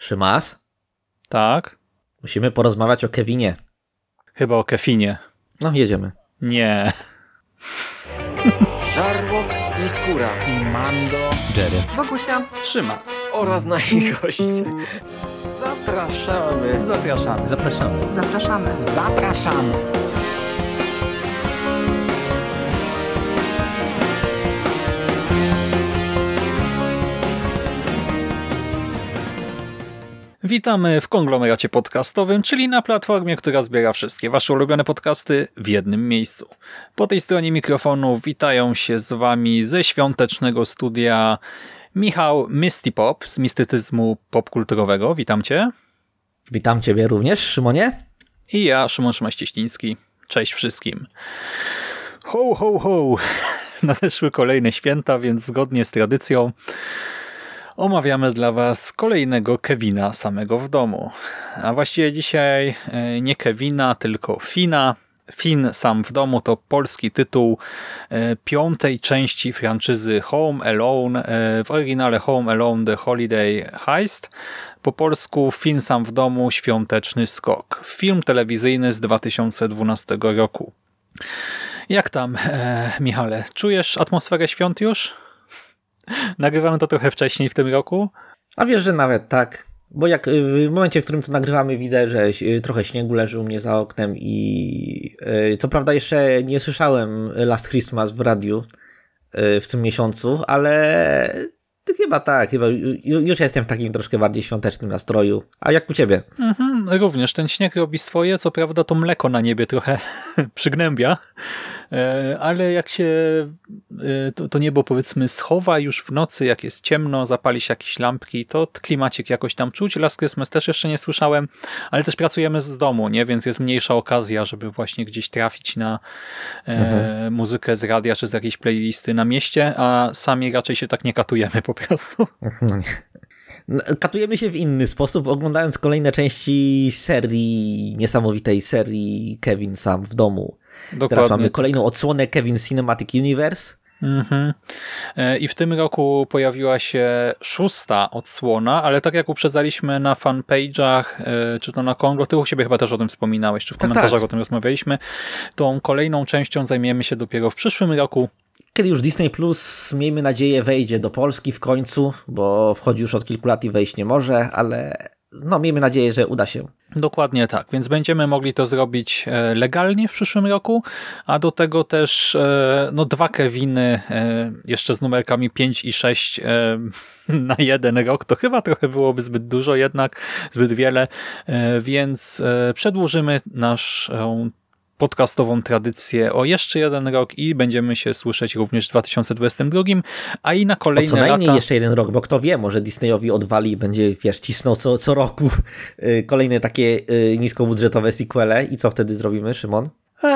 Szymas, Tak? musimy porozmawiać o Kevinie. Chyba o Kefinie. No, jedziemy. Nie. Żarłok i Skóra i Mando, Jerry. Bogusia, Szymas. oraz nasi goście. Zapraszamy. Zapraszamy. Zapraszamy. zapraszamy. Zapraszamy. Witamy w konglomeracie podcastowym, czyli na platformie, która zbiera wszystkie wasze ulubione podcasty w jednym miejscu. Po tej stronie mikrofonu witają się z wami ze świątecznego studia Michał Misty Pop z mistycyzmu popkulturowego. Witam cię. Witam ciebie również, Szymonie. I ja, Szymon Szymaś-Cieśliński. Cześć wszystkim. Ho, ho, ho. Nadeszły kolejne święta, więc zgodnie z tradycją omawiamy dla was kolejnego Kevina samego w domu. A właściwie dzisiaj nie Kevina, tylko Fina. Fin sam w domu to polski tytuł piątej części franczyzy Home Alone. W oryginale Home Alone The Holiday Heist. Po polsku Fin sam w domu świąteczny skok. Film telewizyjny z 2012 roku. Jak tam, Michale? Czujesz atmosferę świąt już? Nagrywamy to trochę wcześniej w tym roku. A wiesz, że nawet tak. Bo jak w momencie, w którym to nagrywamy, widzę, że trochę śniegu leży u mnie za oknem i co prawda jeszcze nie słyszałem Last Christmas w radiu w tym miesiącu, ale chyba tak, chyba już jestem w takim troszkę bardziej świątecznym nastroju. A jak u ciebie? Również ten śnieg robi swoje, co prawda to mleko na niebie trochę przygnębia, ale jak się to niebo powiedzmy schowa już w nocy, jak jest ciemno, zapali się jakieś lampki, to klimacik jakoś tam czuć. Last Christmas też jeszcze nie słyszałem, ale też pracujemy z domu, nie? Więc jest mniejsza okazja, żeby właśnie gdzieś trafić na muzykę z radia czy z jakiejś playlisty na mieście, a sami raczej się tak nie katujemy po prostu. No nie. Katujemy się w inny sposób, oglądając kolejne części niesamowitej serii Kevin sam w domu. Dokładnie. Teraz mamy kolejną odsłonę Kevin Cinematic Universe. I w tym roku pojawiła się 6. odsłona, ale tak jak uprzedzaliśmy na fanpage'ach, czy to na Konglo, ty u siebie chyba też o tym wspominałeś, czy w komentarzach o tym rozmawialiśmy, tą kolejną częścią zajmiemy się dopiero w przyszłym roku. Kiedy już Disney Plus, miejmy nadzieję, wejdzie do Polski w końcu, bo wchodzi już od kilku lat i wejść nie może, ale no miejmy nadzieję, że uda się. Dokładnie tak, więc będziemy mogli to zrobić legalnie w przyszłym roku, a do tego też 2 Keviny jeszcze z numerkami 5 i 6 na jeden rok, to chyba trochę byłoby zbyt dużo jednak, zbyt wiele, więc przedłużymy naszą podcastową tradycję o jeszcze jeden rok i będziemy się słyszeć również w 2022, a i na kolejne lata. Co najmniej jeszcze jeden rok, bo kto wie, może Disneyowi odwali i będzie, cisnął co roku kolejne takie niskobudżetowe sequele i co wtedy zrobimy, Szymon?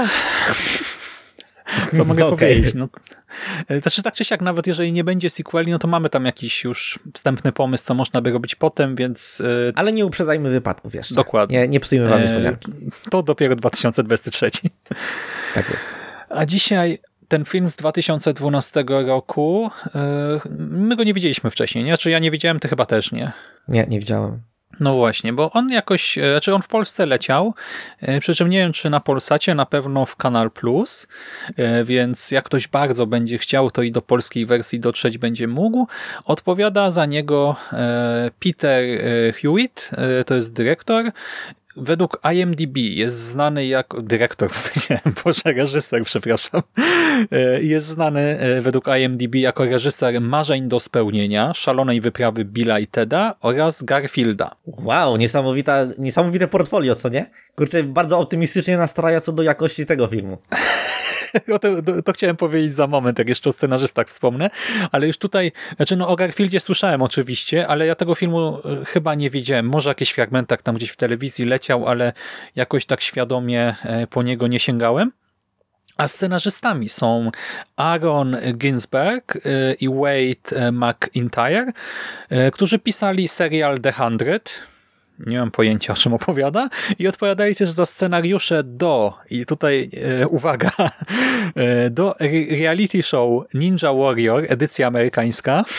Co mogę powiedzieć? No, znaczy tak czy siak, nawet jeżeli nie będzie sequeli, no to mamy tam jakiś już wstępny pomysł, co można by robić potem, więc... Ale nie uprzedzajmy wypadków jeszcze. Dokładnie. Nie psujmy wam niespodzianki. To dopiero 2023. Tak jest. A dzisiaj ten film z 2012 roku, my go nie widzieliśmy wcześniej, nie? Czy ja nie widziałem, ty chyba też nie? Nie widziałem. No właśnie, bo on jakoś, on w Polsce leciał, przy czym nie wiem, czy na Polsacie, na pewno w Kanal Plus, więc jak ktoś bardzo będzie chciał, to i do polskiej wersji dotrzeć będzie mógł. Odpowiada za niego Peter Hewitt, to jest dyrektor. Według IMDb jest znany jako dyrektor, powiedziałem, reżyser, przepraszam. Jest znany według IMDb jako reżyser Marzeń do spełnienia, Szalonej wyprawy Billa i Teda oraz Garfielda. Wow, niesamowite portfolio, co nie? Kurczę, bardzo optymistycznie nastraja co do jakości tego filmu. To chciałem powiedzieć za moment, jak jeszcze o scenarzystach wspomnę, ale już tutaj, o Garfieldzie słyszałem oczywiście, ale ja tego filmu chyba nie widziałem. Może jakiś fragmentak tam gdzieś w telewizji leciał, ale jakoś tak świadomie po niego nie sięgałem. A scenarzystami są Aaron Ginsberg i Wade McIntyre, którzy pisali serial The 100. Nie mam pojęcia, o czym opowiada. I odpowiadali też za scenariusze i tutaj uwaga, do reality show Ninja Warrior, edycja amerykańska,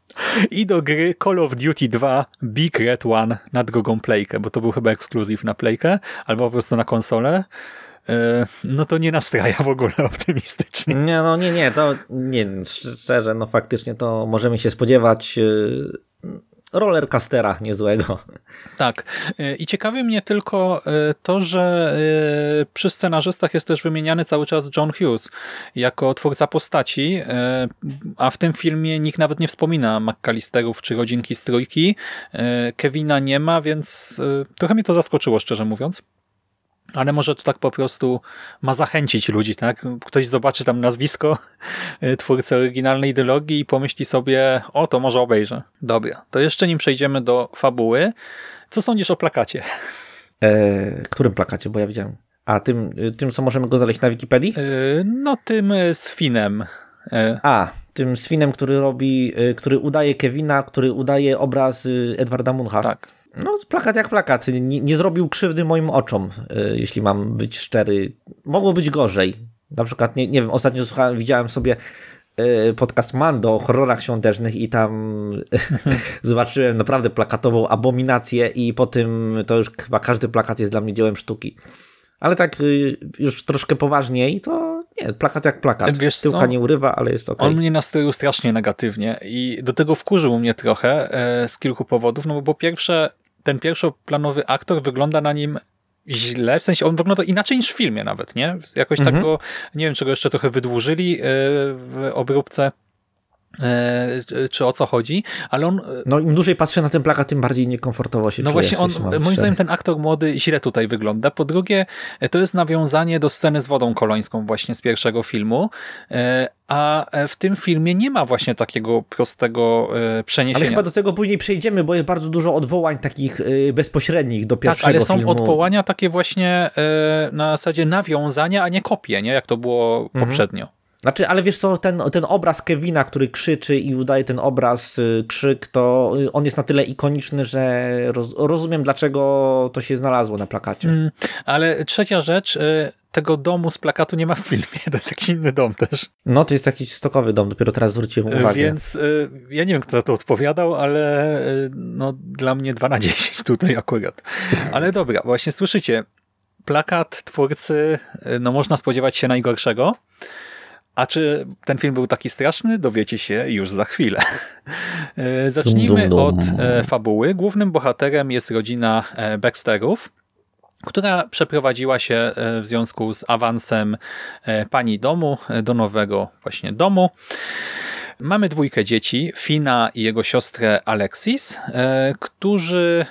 I do gry Call of Duty 2 Big Red One na drugą playkę, bo to był chyba ekskluzyw na playkę, albo po prostu na konsolę. No to nie nastraja w ogóle optymistycznie. Nie, to nie, szczerze, no faktycznie to możemy się spodziewać rollercoastera niezłego. Tak. I ciekawi mnie tylko to, że przy scenarzystach jest też wymieniany cały czas John Hughes jako twórca postaci, a w tym filmie nikt nawet nie wspomina McAllisterów czy rodzinki z trójki. Kevina nie ma, więc trochę mnie to zaskoczyło, szczerze mówiąc. Ale może to tak po prostu ma zachęcić ludzi, tak? Ktoś zobaczy tam nazwisko twórcy oryginalnej dylogii i pomyśli sobie, o, to może obejrzę. Dobra, to jeszcze nim przejdziemy do fabuły, co sądzisz o plakacie? Którym plakacie? Bo ja widziałem. A tym co możemy go znaleźć na Wikipedii? No tym z Finem. Tym z Finem, który udaje Kevina, który udaje obraz Edwarda Muncha. Tak. No, plakat jak plakat. Nie zrobił krzywdy moim oczom, jeśli mam być szczery. Mogło być gorzej. Na przykład, nie wiem, ostatnio widziałem sobie podcast Mando o horrorach świątecznych i tam zobaczyłem naprawdę plakatową abominację i po tym to już chyba każdy plakat jest dla mnie dziełem sztuki. Ale tak już troszkę poważniej, to nie, plakat jak plakat. Wiesz Tyłka co? nie urywa, ale jest okej. On mnie nastroił strasznie negatywnie i do tego wkurzył mnie trochę z kilku powodów, no bo po pierwsze ten pierwszoplanowy aktor wygląda na nim źle, w sensie on wygląda inaczej niż w filmie nawet, nie? Jakoś tak go, nie wiem, czy go jeszcze trochę wydłużyli w obróbce, czy o co chodzi, ale on... No im dłużej patrzę na ten plakat, tym bardziej niekomfortowo się czuję. No właśnie on, moim zdaniem ten aktor młody źle tutaj wygląda. Po drugie, to jest nawiązanie do sceny z wodą kolońską właśnie z pierwszego filmu, a w tym filmie nie ma właśnie takiego prostego przeniesienia. Ale chyba do tego później przejdziemy, bo jest bardzo dużo odwołań takich bezpośrednich do pierwszego filmu. Tak, ale są odwołania takie właśnie na zasadzie nawiązania, a nie kopie, nie? Jak to było poprzednio. Znaczy, ale wiesz co, ten obraz Kevina, który krzyczy i udaje ten obraz, krzyk, to on jest na tyle ikoniczny, że rozumiem, dlaczego to się znalazło na plakacie. Ale trzecia rzecz, tego domu z plakatu nie ma w filmie, to jest jakiś inny dom też. No, to jest jakiś stokowy dom, dopiero teraz zwróciłem uwagę. Więc ja nie wiem, kto za to odpowiadał, ale no, dla mnie 2 na 10 tutaj akurat. Ale dobra, właśnie słyszycie, plakat twórcy, no można spodziewać się najgorszego. A czy ten film był taki straszny? Dowiecie się już za chwilę. Zacznijmy od fabuły. Głównym bohaterem jest rodzina Baxterów, która przeprowadziła się w związku z awansem pani domu do nowego właśnie domu. Mamy 2 dzieci, Fina i jego siostrę Alexis, którzy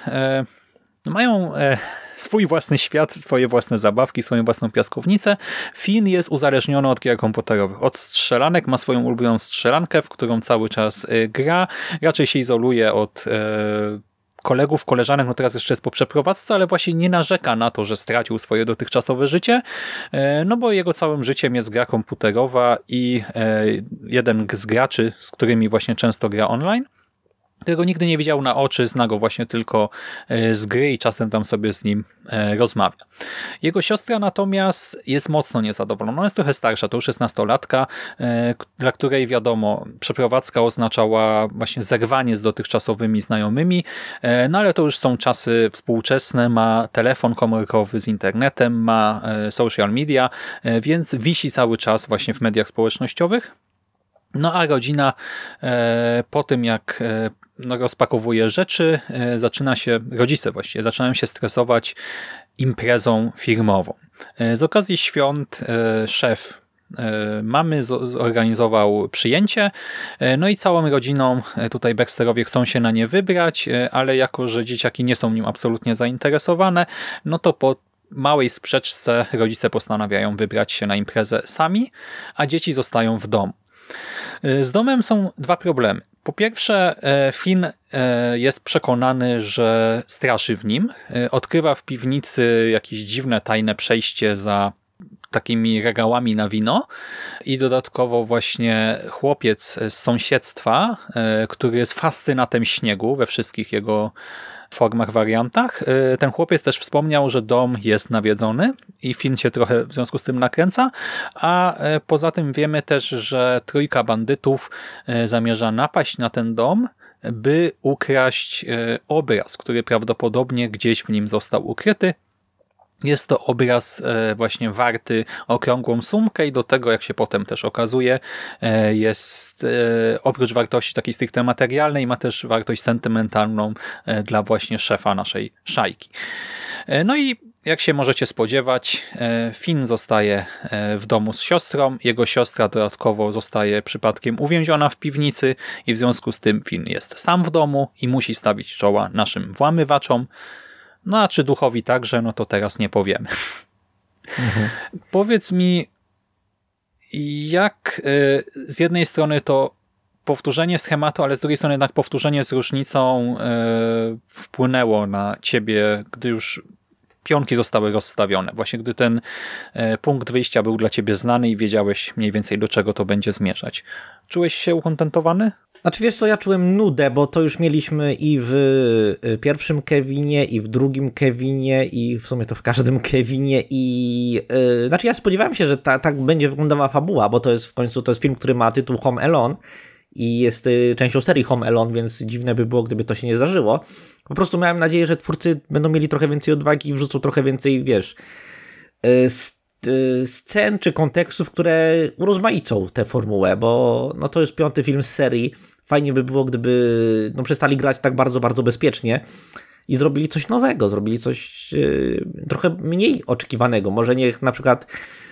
mają swój własny świat, swoje własne zabawki, swoją własną piaskownicę. Finn jest uzależniony od gier komputerowych. Od strzelanek ma swoją ulubioną strzelankę, w którą cały czas gra. Raczej się izoluje od kolegów, koleżanek, no teraz jeszcze jest po przeprowadzce, ale właśnie nie narzeka na to, że stracił swoje dotychczasowe życie, no bo jego całym życiem jest gra komputerowa i jeden z graczy, z którymi właśnie często gra online, którego nigdy nie widział na oczy, zna go właśnie tylko z gry i czasem tam sobie z nim rozmawia. Jego siostra natomiast jest mocno niezadowolona. Ona jest trochę starsza, to już jest nastolatka, dla której wiadomo, przeprowadzka oznaczała właśnie zerwanie z dotychczasowymi znajomymi, no ale to już są czasy współczesne, ma telefon komórkowy z internetem, ma social media, więc wisi cały czas właśnie w mediach społecznościowych. No a rodzina po tym jak rozpakowuje rzeczy, rodzice właściwie zaczynają się stresować imprezą firmową. Z okazji świąt szef mamy zorganizował przyjęcie, no i całą rodziną tutaj Baxterowie chcą się na nie wybrać, ale jako, że dzieciaki nie są nim absolutnie zainteresowane, no to po małej sprzeczce rodzice postanawiają wybrać się na imprezę sami, a dzieci zostają w domu. Z domem są 2 problemy. Po pierwsze, Finn jest przekonany, że straszy w nim. Odkrywa w piwnicy jakieś dziwne, tajne przejście za takimi regałami na wino i dodatkowo właśnie chłopiec z sąsiedztwa, który jest fascynatem śniegu we wszystkich jego formach, wariantach. Ten chłopiec też wspomniał, że dom jest nawiedzony i film się trochę w związku z tym nakręca, a poza tym wiemy też, że trójka bandytów zamierza napaść na ten dom, by ukraść obraz, który prawdopodobnie gdzieś w nim został ukryty. Jest to obraz właśnie warty okrągłą sumkę i do tego, jak się potem też okazuje, jest oprócz wartości takiej stricte materialnej, ma też wartość sentymentalną dla właśnie szefa naszej szajki. No i jak się możecie spodziewać, Finn zostaje w domu z siostrą, jego siostra dodatkowo zostaje przypadkiem uwięziona w piwnicy i w związku z tym Finn jest sam w domu i musi stawić czoła naszym włamywaczom. No a czy duchowi także, no to teraz nie powiemy. Powiedz mi, jak z jednej strony to powtórzenie schematu, ale z drugiej strony jednak powtórzenie z różnicą wpłynęło na ciebie, gdy już pionki zostały rozstawione. Właśnie gdy ten punkt wyjścia był dla ciebie znany i wiedziałeś mniej więcej, do czego to będzie zmierzać. Czułeś się ukontentowany? Znaczy wiesz co, ja czułem nudę, bo to już mieliśmy i w pierwszym Kevinie, i w drugim Kevinie, i w sumie to w każdym Kevinie i... Znaczy ja spodziewałem się, że tak będzie wyglądała fabuła, bo to jest w końcu to jest film, który ma tytuł Home Alone i jest częścią serii Home Alone, więc dziwne by było, gdyby to się nie zdarzyło. Po prostu miałem nadzieję, że twórcy będą mieli trochę więcej odwagi i wrzucą trochę więcej, wiesz, scen czy kontekstów, które urozmaicą tę formułę, bo no to jest 5. film z serii. Fajnie by było, gdyby przestali grać tak bardzo, bardzo bezpiecznie i zrobili coś nowego, zrobili coś trochę mniej oczekiwanego. Może niech na przykład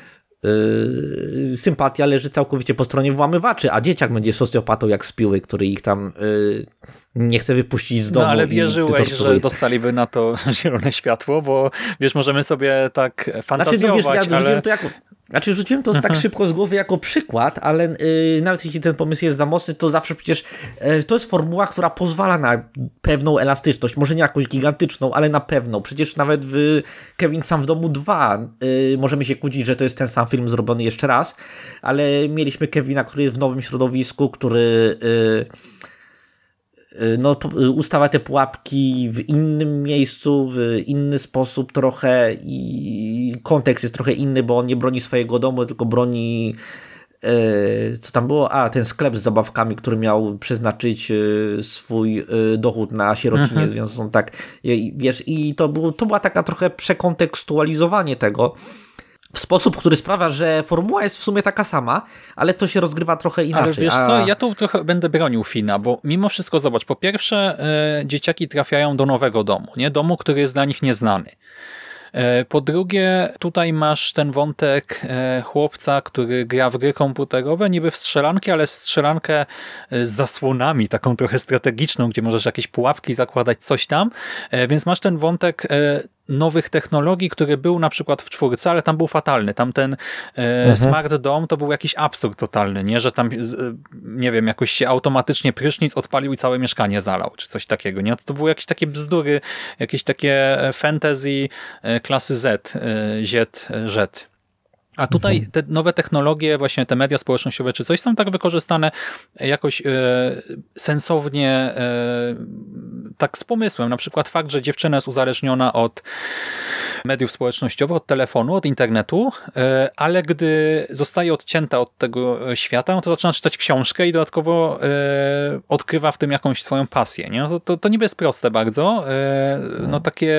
sympatia leży całkowicie po stronie włamywaczy, a dzieciak będzie socjopatą jak z Piły, który ich tam nie chce wypuścić z domu. No ale wierzyłeś, że dostaliby na to zielone światło, bo wiesz, możemy sobie tak fantazjować, rzuciłem to tak szybko z głowy jako przykład, ale nawet jeśli ten pomysł jest za mocny, to zawsze przecież to jest formuła, która pozwala na pewną elastyczność, może nie jakąś gigantyczną, ale na pewną. Przecież nawet w Kevin Sam w domu 2 możemy się kłócić, że to jest ten sam film zrobiony jeszcze raz, ale mieliśmy Kevina, który jest w nowym środowisku, który ustawia te pułapki w innym miejscu, w inny sposób trochę i kontekst jest trochę inny, bo on nie broni swojego domu, tylko broni co tam było? Ten sklep z zabawkami, który miał przeznaczyć swój dochód na sierocinie, więc on tak, wiesz, i to była taka trochę przekontekstualizowanie tego w sposób, który sprawia, że formuła jest w sumie taka sama, ale to się rozgrywa trochę inaczej. Ale wiesz co, ja tu trochę będę bronił Fina, bo mimo wszystko zobacz, po pierwsze dzieciaki trafiają do nowego domu, nie? Domu, który jest dla nich nieznany. Po drugie, tutaj masz ten wątek chłopca, który gra w gry komputerowe, niby w strzelanki, ale strzelankę z zasłonami, taką trochę strategiczną, gdzie możesz jakieś pułapki zakładać, coś tam. Więc masz ten wątek nowych technologii, który był na przykład w 4, ale tam był fatalny. Tam ten Smart Dome to był jakiś absurd totalny, nie? Że tam, nie wiem, jakoś się automatycznie prysznic odpalił i całe mieszkanie zalał, czy coś takiego, nie? To były jakieś takie bzdury, jakieś takie fantasy klasy Z. A tutaj te nowe technologie, właśnie te media społecznościowe czy coś są tak wykorzystane jakoś sensownie, tak z pomysłem. Na przykład fakt, że dziewczyna jest uzależniona od mediów społecznościowych, od telefonu, od internetu, ale gdy zostaje odcięta od tego świata, no to zaczyna czytać książkę i dodatkowo odkrywa w tym jakąś swoją pasję. Nie? No to niby jest proste bardzo, no takie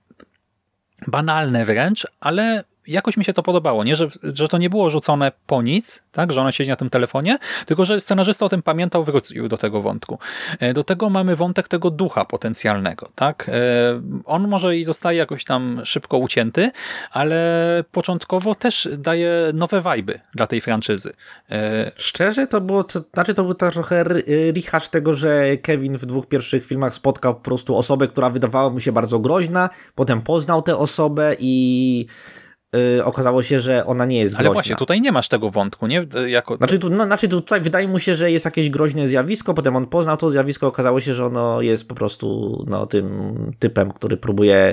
banalne wręcz, ale jakoś mi się to podobało, nie? Że to nie było rzucone po nic, tak? Że ona siedzi na tym telefonie, tylko że scenarzysta o tym pamiętał, wrócił do tego wątku. Do tego mamy wątek tego ducha potencjalnego, tak? On może i zostaje jakoś tam szybko ucięty, ale początkowo też daje nowe wajby dla tej franczyzy. Szczerze, to był trochę rehash tego, że Kevin w 2 pierwszych filmach spotkał po prostu osobę, która wydawała mu się bardzo groźna, potem poznał tę osobę i okazało się, że ona nie jest groźna. Ale właśnie, tutaj nie masz tego wątku, nie? Tutaj wydaje mu się, że jest jakieś groźne zjawisko, potem on poznał to zjawisko, okazało się, że ono jest po prostu tym typem, który próbuje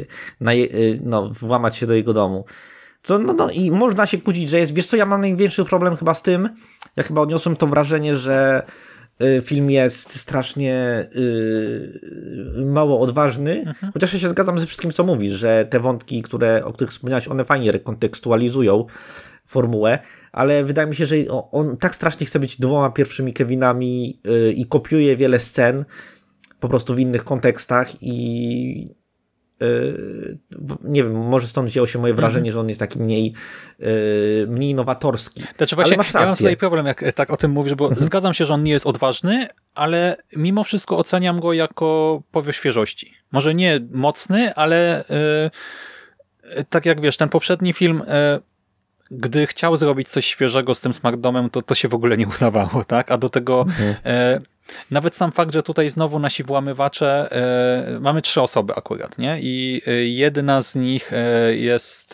włamać się do jego domu. I można się kłócić, że jest... Wiesz co, ja mam największy problem chyba z tym, ja chyba odniosłem to wrażenie, że film jest strasznie mało odważny, chociaż ja się zgadzam ze wszystkim, co mówisz, że te wątki, o których wspomniałeś, one fajnie rekontekstualizują formułę, ale wydaje mi się, że on tak strasznie chce być dwoma pierwszymi Kevinami i kopiuje wiele scen po prostu w innych kontekstach i nie wiem, może stąd wzięło się moje wrażenie, że on jest taki mniej nowatorski. Znaczy właśnie, ja mam tutaj problem, jak tak o tym mówisz, bo zgadzam się, że on nie jest odważny, ale mimo wszystko oceniam go jako powiew świeżości. Może nie mocny, ale tak jak wiesz, ten poprzedni film, gdy chciał zrobić coś świeżego z tym Smart Domem, to się w ogóle nie udawało, tak? A do tego nawet sam fakt, że tutaj znowu nasi włamywacze, mamy 3 osoby akurat, nie? I jedna z nich jest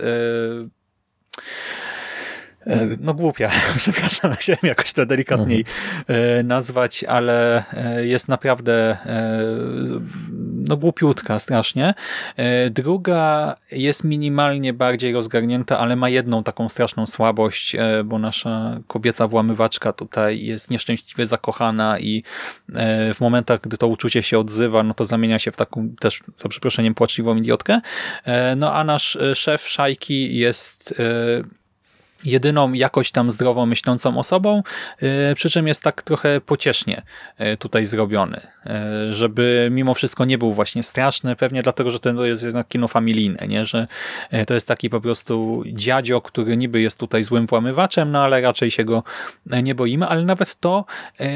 no głupia, przepraszam, chciałem jakoś to delikatniej nazwać, ale jest naprawdę no głupiutka strasznie. Druga jest minimalnie bardziej rozgarnięta, ale ma jedną taką straszną słabość, bo nasza kobieca włamywaczka tutaj jest nieszczęśliwie zakochana i w momentach, gdy to uczucie się odzywa, no to zamienia się w taką też, za przeproszeniem, płaczliwą idiotkę. No a nasz szef szajki jest jedyną jakoś tam zdrowo myślącą osobą, przy czym jest tak trochę pociesznie tutaj zrobiony, żeby mimo wszystko nie był właśnie straszny, pewnie dlatego, że to jest jednak kino familijne, nie? Że to jest taki po prostu dziadzio, który niby jest tutaj złym włamywaczem, no ale raczej się go nie boimy, ale nawet to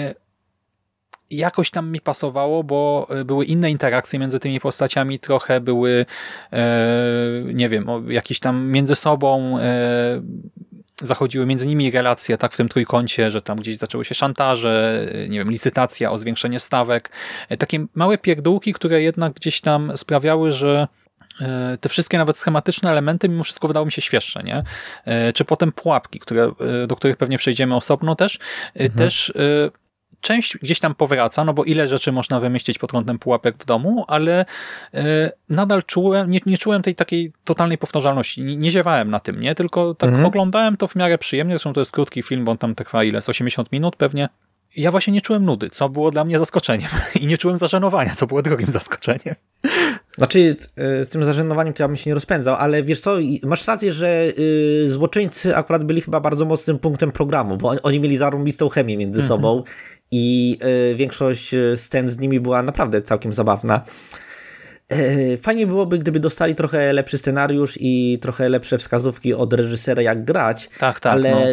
jakoś tam mi pasowało, bo były inne interakcje między tymi postaciami, trochę były nie wiem, jakieś tam między sobą zachodziły między nimi relacje, tak, w tym trójkącie, że tam gdzieś zaczęły się szantaże, nie wiem, licytacja o zwiększenie stawek. Takie małe pierdółki, które jednak gdzieś tam sprawiały, że te wszystkie nawet schematyczne elementy mimo wszystko wydały mi się świeższe, nie? Czy potem pułapki, do których pewnie przejdziemy osobno też część gdzieś tam powraca, no bo ile rzeczy można wymyślić pod kątem pułapek w domu, ale nadal nie czułem tej takiej totalnej powtarzalności. Nie ziewałem na tym, nie? Tylko tak oglądałem to w miarę przyjemnie. Zresztą to jest krótki film, bo on tam trwa ile? Z 80 minut pewnie. Ja właśnie nie czułem nudy, co było dla mnie zaskoczeniem. I nie czułem zażenowania, co było drugim zaskoczeniem. Znaczy, z tym zażenowaniem to ja bym się nie rozpędzał, ale wiesz co, masz rację, że złoczyńcy akurat byli chyba bardzo mocnym punktem programu, bo oni mieli zarąbistą chemię między sobą i większość scen z nimi była naprawdę całkiem zabawna. Fajnie byłoby, gdyby dostali trochę lepszy scenariusz i trochę lepsze wskazówki od reżysera, jak grać. Tak, ale,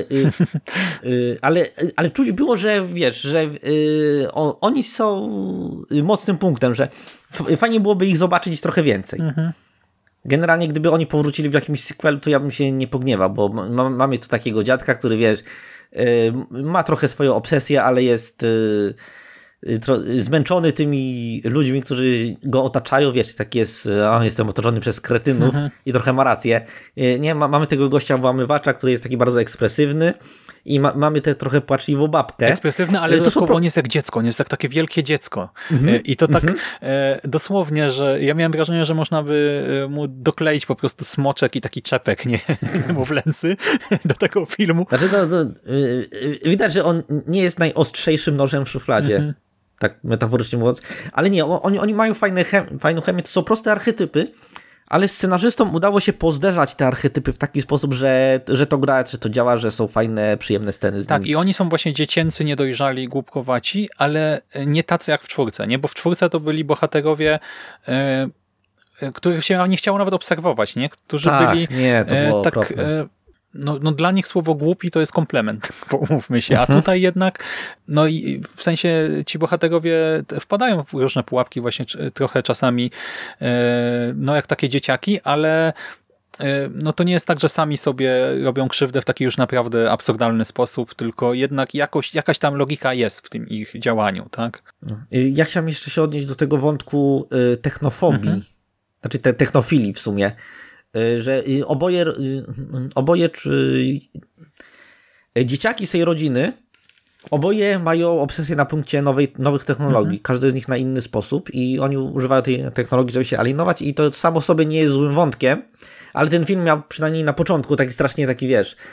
ale czuć było, że wiesz, że oni są mocnym punktem, że fajnie byłoby ich zobaczyć trochę więcej. Generalnie, gdyby oni powrócili w jakimś sequelu, to ja bym się nie pogniewał, bo mamy tu takiego dziadka, który wiesz, ma trochę swoją obsesję, ale jest zmęczony tymi ludźmi, którzy go otaczają, wiesz, tak jest, jestem otoczony przez kretynów i trochę ma rację. Nie, mamy tego gościa włamywacza, który jest taki bardzo ekspresywny i mamy tę trochę płaczliwą babkę. Ekspresywny, ale dodatkowo on jest jak dziecko, on jest tak takie wielkie dziecko. I to tak dosłownie, że ja miałem wrażenie, że można by mu dokleić po prostu smoczek i taki czepek, nie? Niemowlęcy do tego filmu. Znaczy, widać, że on nie jest najostrzejszym nożem w szufladzie. Tak metaforycznie mówiąc. Ale nie, oni mają fajną chemię, to są proste archetypy, ale scenarzystom udało się pozderzać te archetypy w taki sposób, że to gra, że to działa, że są fajne, przyjemne sceny z nimi. Tak, i oni są właśnie dziecięcy, niedojrzali, głupkowaci, ale nie tacy jak w czwórce, nie? Bo w czwórce to byli bohaterowie, których się nie chciało nawet obserwować, nie? Którzy byli nie, to było tak... No dla nich słowo głupi to jest komplement, pomówmy się, a tutaj jednak, no i w sensie ci bohaterowie wpadają w różne pułapki właśnie trochę czasami, no jak takie dzieciaki, ale no to nie jest tak, że sami sobie robią krzywdę w taki już naprawdę absurdalny sposób, tylko jednak jakaś tam logika jest w tym ich działaniu, tak? Ja chciałem jeszcze się odnieść do tego wątku technofobii, znaczy technofilii w sumie, że oboje dzieciaki z tej rodziny, oboje mają obsesję na punkcie nowych technologii. Każdy z nich na inny sposób i oni używają tej technologii, żeby się alienować i to samo w sobie nie jest złym wątkiem, ale ten film miał przynajmniej na początku taki strasznie taki, wiesz,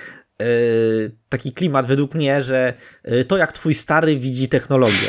taki klimat według mnie, że to jak twój stary widzi technologię.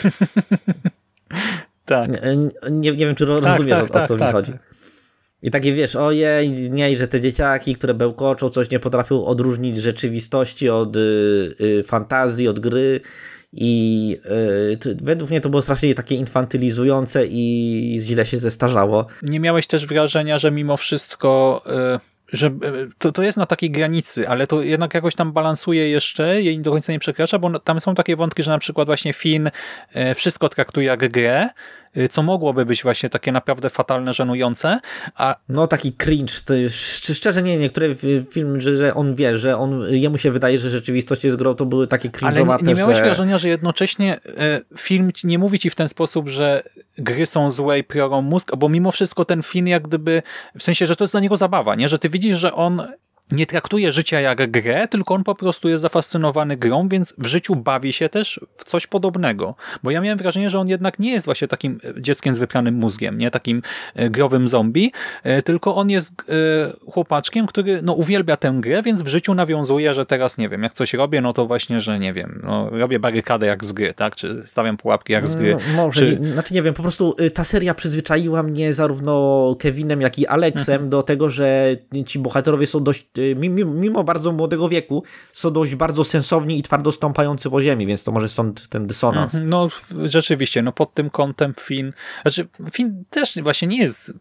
Tak. Nie wiem, czy rozumiesz, o co mi chodzi. Tak. I takie wiesz, ojej, nie, że te dzieciaki, które bełkoczą, coś nie potrafią odróżnić rzeczywistości od fantazji, od gry i według mnie to było strasznie takie infantylizujące i źle się zestarzało. Nie miałeś też wrażenia, że mimo wszystko... że to jest na takiej granicy, ale to jednak jakoś tam balansuje jeszcze, jej do końca nie przekracza, bo tam są takie wątki, że na przykład właśnie Finn wszystko traktuje jak grę, co mogłoby być właśnie takie naprawdę fatalne, żenujące. No taki cringe, to już, szczerze niektóre filmy, że on wie, że jemu się wydaje, że rzeczywistość jest grą, to były takie cringe'owate. Ale nie miałeś wrażenia, że jednocześnie film nie mówi ci w ten sposób, że gry są złe i piorą mózg, bo mimo wszystko ten film jak gdyby, w sensie, że to jest dla niego zabawa, nie? Że ty widzisz, że on nie traktuje życia jak grę, tylko on po prostu jest zafascynowany grą, więc w życiu bawi się też w coś podobnego. Bo ja miałem wrażenie, że on jednak nie jest właśnie takim dzieckiem z wypranym mózgiem, nie takim growym zombie, tylko on jest chłopaczkiem, który uwielbia tę grę, więc w życiu nawiązuje, że teraz, nie wiem, jak coś robię, no to właśnie, że nie wiem, robię barykadę jak z gry, tak? Czy stawiam pułapki jak z gry. Może, znaczy nie wiem, po prostu ta seria przyzwyczaiła mnie zarówno Kevinem, jak i Alexem do tego, że ci bohaterowie są dość mimo bardzo młodego wieku, są dość bardzo sensowni i twardo stąpający po ziemi, więc to może stąd ten dysonans. No rzeczywiście, pod tym kątem Finn też właśnie nie jest...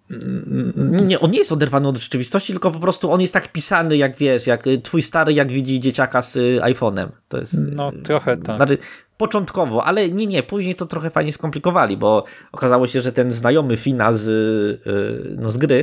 Nie, on nie jest oderwany od rzeczywistości, tylko po prostu on jest tak pisany, jak wiesz, jak twój stary, jak widzi dzieciaka z iPhone'em. To jest... No trochę tak. Znaczy, początkowo, ale nie, później to trochę fajnie skomplikowali, bo okazało się, że ten znajomy Finna z gry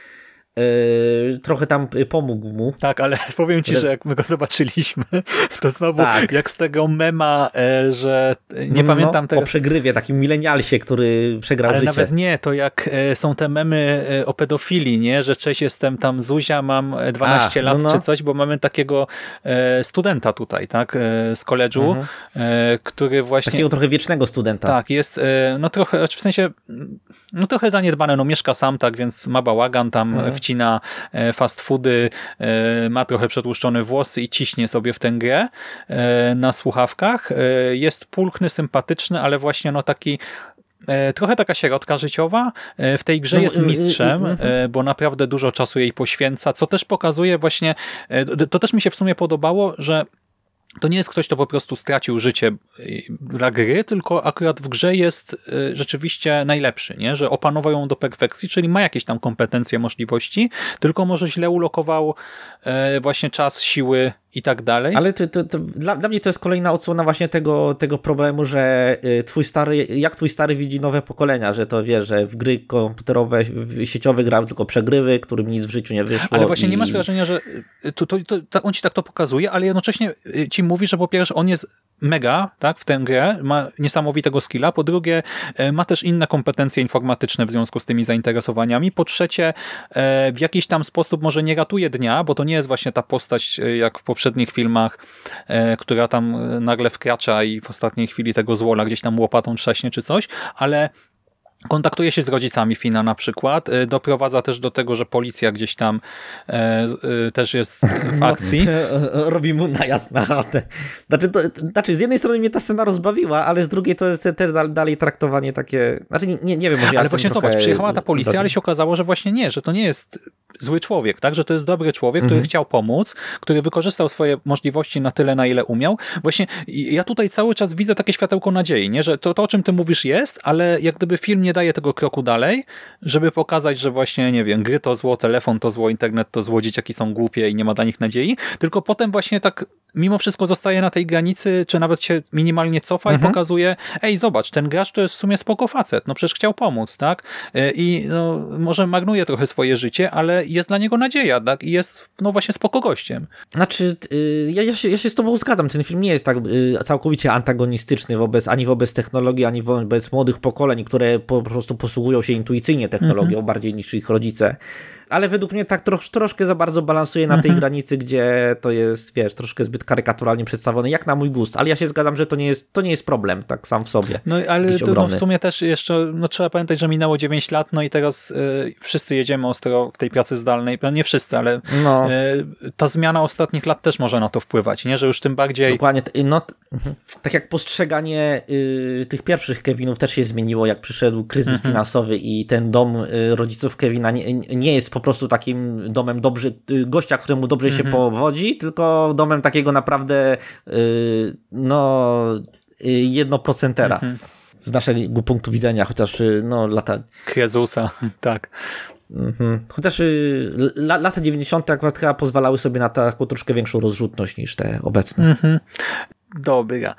trochę tam pomógł mu. Tak, ale powiem ci, że jak my go zobaczyliśmy, to znowu jak z tego mema, że nie pamiętam teraz... O przegrywie, takim milenialsie, który przegrał ale życie. Ale nawet nie, to jak są te memy o pedofilii, nie? Że cześć, jestem tam Zuzia, mam 12 lat czy coś, bo mamy takiego studenta tutaj, tak? Z college'u, który właśnie... Takiego trochę wiecznego studenta. Tak, jest trochę, w sensie trochę zaniedbany, mieszka sam, tak, więc ma bałagan tam wcina fast foody, ma trochę przetłuszczone włosy i ciśnie sobie w tę grę na słuchawkach. Jest pulchny, sympatyczny, ale właśnie taki trochę taka sierotka życiowa. W tej grze jest mistrzem, bo naprawdę dużo czasu jej poświęca, co też pokazuje właśnie, to też mi się w sumie podobało, że to nie jest ktoś, kto po prostu stracił życie dla gry, tylko akurat w grze jest rzeczywiście najlepszy, nie? Że opanował ją do perfekcji, czyli ma jakieś tam kompetencje, możliwości, tylko może źle ulokował właśnie czas, siły i tak dalej. Ale dla mnie to jest kolejna odsłona właśnie tego problemu, że jak twój stary widzi nowe pokolenia, że to wie, że w gry komputerowe, sieciowe grały tylko przegrywy, którym nic w życiu nie wyszło. Ale właśnie nie masz wrażenia, że on ci tak to pokazuje, ale jednocześnie ci mówi, że po pierwsze on jest mega, tak, w tę grę, ma niesamowitego skilla, po drugie ma też inne kompetencje informatyczne w związku z tymi zainteresowaniami, po trzecie w jakiś tam sposób może nie ratuje dnia, bo to nie jest właśnie ta postać jak w poprzednich filmach, która tam nagle wkracza i w ostatniej chwili tego złola gdzieś tam łopatą trzaśnie czy coś, ale kontaktuje się z rodzicami Finna na przykład, doprowadza też do tego, że policja gdzieś tam też jest w akcji. Robi mu najazd na chatę. Znaczy, z jednej strony mnie ta scena rozbawiła, ale z drugiej to jest też dalej traktowanie takie... Znaczy, nie wiem, może ja... Ale właśnie zobacz, przyjechała ta policja, ale się okazało, że właśnie nie, że to nie jest zły człowiek, tak? Że to jest dobry człowiek, który chciał pomóc, który wykorzystał swoje możliwości na tyle, na ile umiał. Właśnie ja tutaj cały czas widzę takie światełko nadziei, nie? Że to, o czym ty mówisz jest, ale jak gdyby film nie daje tego kroku dalej, żeby pokazać, że właśnie, nie wiem, gry to zło, telefon to zło, internet to zło, dzieciaki są głupie i nie ma dla nich nadziei, tylko potem właśnie tak mimo wszystko zostaje na tej granicy, czy nawet się minimalnie cofa i pokazuje, ej, zobacz, ten gracz to jest w sumie spoko facet, no przecież chciał pomóc, tak? I może marnuje trochę swoje życie, ale jest dla niego nadzieja, tak? I jest, właśnie spoko gościem. Znaczy, ja się z tobą zgadzam, ten film nie jest tak całkowicie antagonistyczny ani wobec technologii, ani wobec młodych pokoleń, które po prostu posługują się intuicyjnie technologią bardziej niż ich rodzice. Ale według mnie tak troszkę za bardzo balansuje na tej granicy, gdzie to jest, wiesz, troszkę zbyt zbyt karykaturalnie przedstawiony, jak na mój gust, ale ja się zgadzam, że to nie jest problem, tak sam w sobie. No ale to, w sumie też jeszcze, trzeba pamiętać, że minęło 9 lat, no i teraz wszyscy jedziemy ostro w tej pracy zdalnej, nie wszyscy, ale ta zmiana ostatnich lat też może na to wpływać, nie? Że już tym bardziej... Dokładnie, tak jak postrzeganie tych pierwszych Kevinów też się zmieniło, jak przyszedł kryzys finansowy i ten dom rodziców Kevina nie jest po prostu takim domem gościa, któremu dobrze się powodzi, tylko domem takiego naprawdę jednoprocentera. Z naszego punktu widzenia, chociaż lata... Jezusa, tak. Chociaż lata 90. akurat chyba pozwalały sobie na taką troszkę większą rozrzutność niż te obecne. Dobra.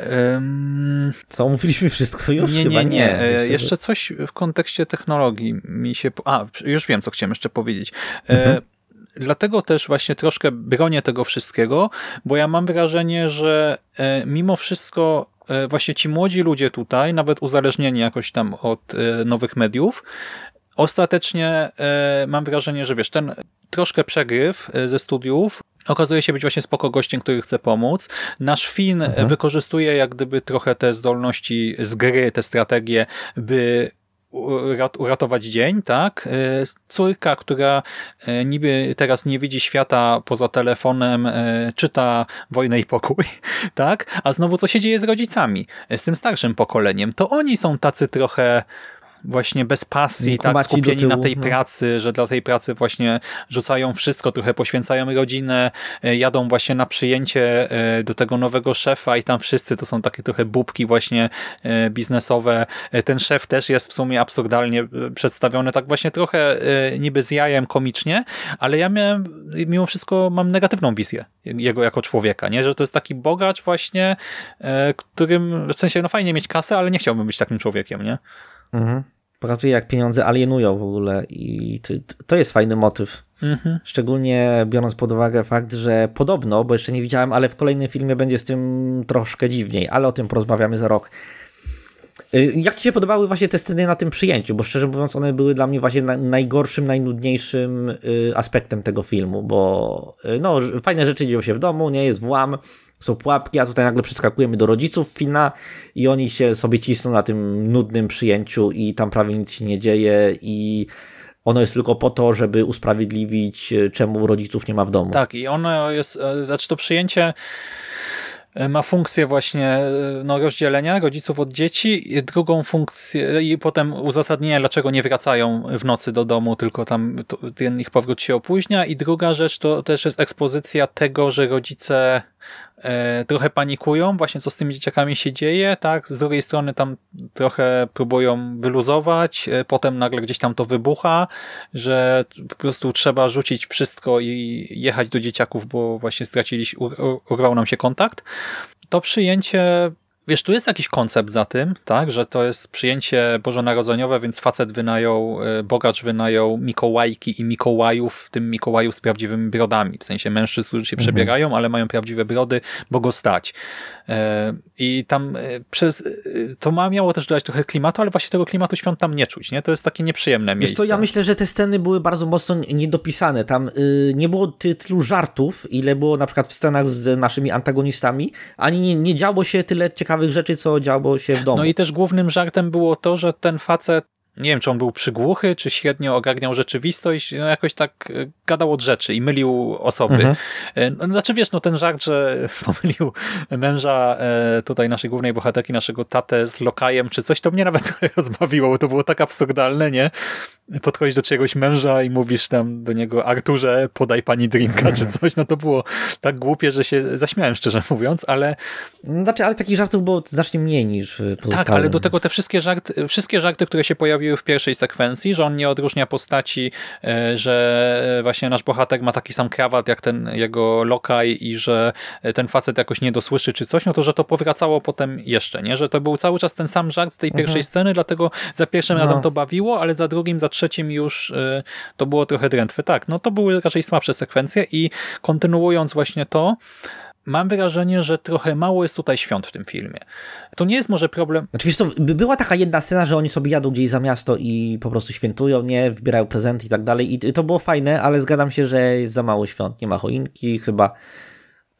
Co, mówiliśmy wszystko już? Nie. Jeszcze coś w kontekście technologii mi się... już wiem, co chciałem jeszcze powiedzieć. Dlatego też właśnie troszkę bronię tego wszystkiego, bo ja mam wrażenie, że mimo wszystko właśnie ci młodzi ludzie tutaj, nawet uzależnieni jakoś tam od nowych mediów, ostatecznie mam wrażenie, że wiesz, ten troszkę przegryw ze studiów okazuje się być właśnie spoko gościem, który chce pomóc. Nasz Finn wykorzystuje jak gdyby trochę te zdolności z gry, te strategie, by uratować dzień, tak? Córka, która niby teraz nie widzi świata poza telefonem, czyta Wojnę i pokój, tak? A znowu co się dzieje z rodzicami, z tym starszym pokoleniem? To oni są tacy trochę właśnie bez pasji, tak, skupieni na tej pracy, że dla tej pracy właśnie rzucają wszystko, trochę poświęcają rodzinę, jadą właśnie na przyjęcie do tego nowego szefa i tam wszyscy to są takie trochę bubki właśnie biznesowe. Ten szef też jest w sumie absurdalnie przedstawiony, tak właśnie trochę niby z jajem komicznie, ale ja mimo wszystko mam negatywną wizję jego jako człowieka, nie? Że to jest taki bogacz właśnie, którym w sensie fajnie mieć kasę, ale nie chciałbym być takim człowiekiem, nie? Pokazuje, jak pieniądze alienują w ogóle i to jest fajny motyw. Szczególnie biorąc pod uwagę fakt, że podobno, bo jeszcze nie widziałem, ale w kolejnym filmie będzie z tym troszkę dziwniej, ale o tym porozmawiamy za rok. Jak ci się podobały właśnie te sceny na tym przyjęciu? Bo szczerze mówiąc, one były dla mnie właśnie najgorszym, najnudniejszym aspektem tego filmu, bo fajne rzeczy dzieją się w domu, nie jest włam, są pułapki, a tutaj nagle przeskakujemy do rodziców Finna i oni się sobie cisną na tym nudnym przyjęciu i tam prawie nic się nie dzieje i ono jest tylko po to, żeby usprawiedliwić, czemu rodziców nie ma w domu. Tak, i ono jest, to przyjęcie ma funkcję właśnie rozdzielenia rodziców od dzieci, drugą funkcję i potem uzasadnienia, dlaczego nie wracają w nocy do domu, tylko tam ten ich powrót się opóźnia, i druga rzecz to też jest ekspozycja tego, że rodzice trochę panikują, właśnie co z tymi dzieciakami się dzieje, tak? Z drugiej strony tam trochę próbują wyluzować, potem nagle gdzieś tam to wybucha, że po prostu trzeba rzucić wszystko i jechać do dzieciaków, bo właśnie urwał nam się kontakt. To przyjęcie, wiesz, tu jest jakiś koncept za tym, tak, że to jest przyjęcie bożonarodzeniowe, więc bogacz wynajął Mikołajki i Mikołajów, w tym Mikołajów z prawdziwymi brodami, w sensie mężczyzn, którzy się przebierają, ale mają prawdziwe brody, bo go stać. I tam to miało też dodać trochę klimatu, ale właśnie tego klimatu świąt tam nie czuć, nie? To jest takie nieprzyjemne miejsce. Wiesz co, ja myślę, że te sceny były bardzo mocno niedopisane. Tam nie było tylu żartów, ile było na przykład w scenach z naszymi antagonistami, ani nie działo się tyle ciekawych rzeczy, co działo się w domu. No i też głównym żartem było to, że ten facet, nie wiem, czy on był przygłuchy, czy średnio ogarniał rzeczywistość, jakoś tak gadał od rzeczy i mylił osoby. Znaczy wiesz, ten żart, że pomylił męża tutaj naszej głównej bohaterki, naszego tatę z lokajem, czy coś, to mnie nawet trochę rozbawiło, bo to było tak absurdalne, nie? Podchodzisz do czegoś męża i mówisz tam do niego: Arturze, podaj pani drinka, czy coś, to było tak głupie, że się zaśmiałem, szczerze mówiąc, ale... Znaczy, ale takich żartów było znacznie mniej niż pozostałe. Tak, ale do tego te wszystkie żarty, które się pojawiły w pierwszej sekwencji, że on nie odróżnia postaci, że właśnie nasz bohater ma taki sam krawat jak ten jego lokaj i że ten facet jakoś nie dosłyszy czy coś, to że to powracało potem jeszcze, nie? Że to był cały czas ten sam żart z tej pierwszej sceny, dlatego za pierwszym razem to bawiło, ale za drugim, za trzecim już to było trochę drętwe. Tak, to były raczej słabsze sekwencje i kontynuując właśnie to, mam wrażenie, że trochę mało jest tutaj świąt w tym filmie. To nie jest może problem... Oczywiście była taka jedna scena, że oni sobie jadą gdzieś za miasto i po prostu świętują, nie? Wybierają prezenty i tak dalej. I to było fajne, ale zgadzam się, że jest za mało świąt. Nie ma choinki chyba.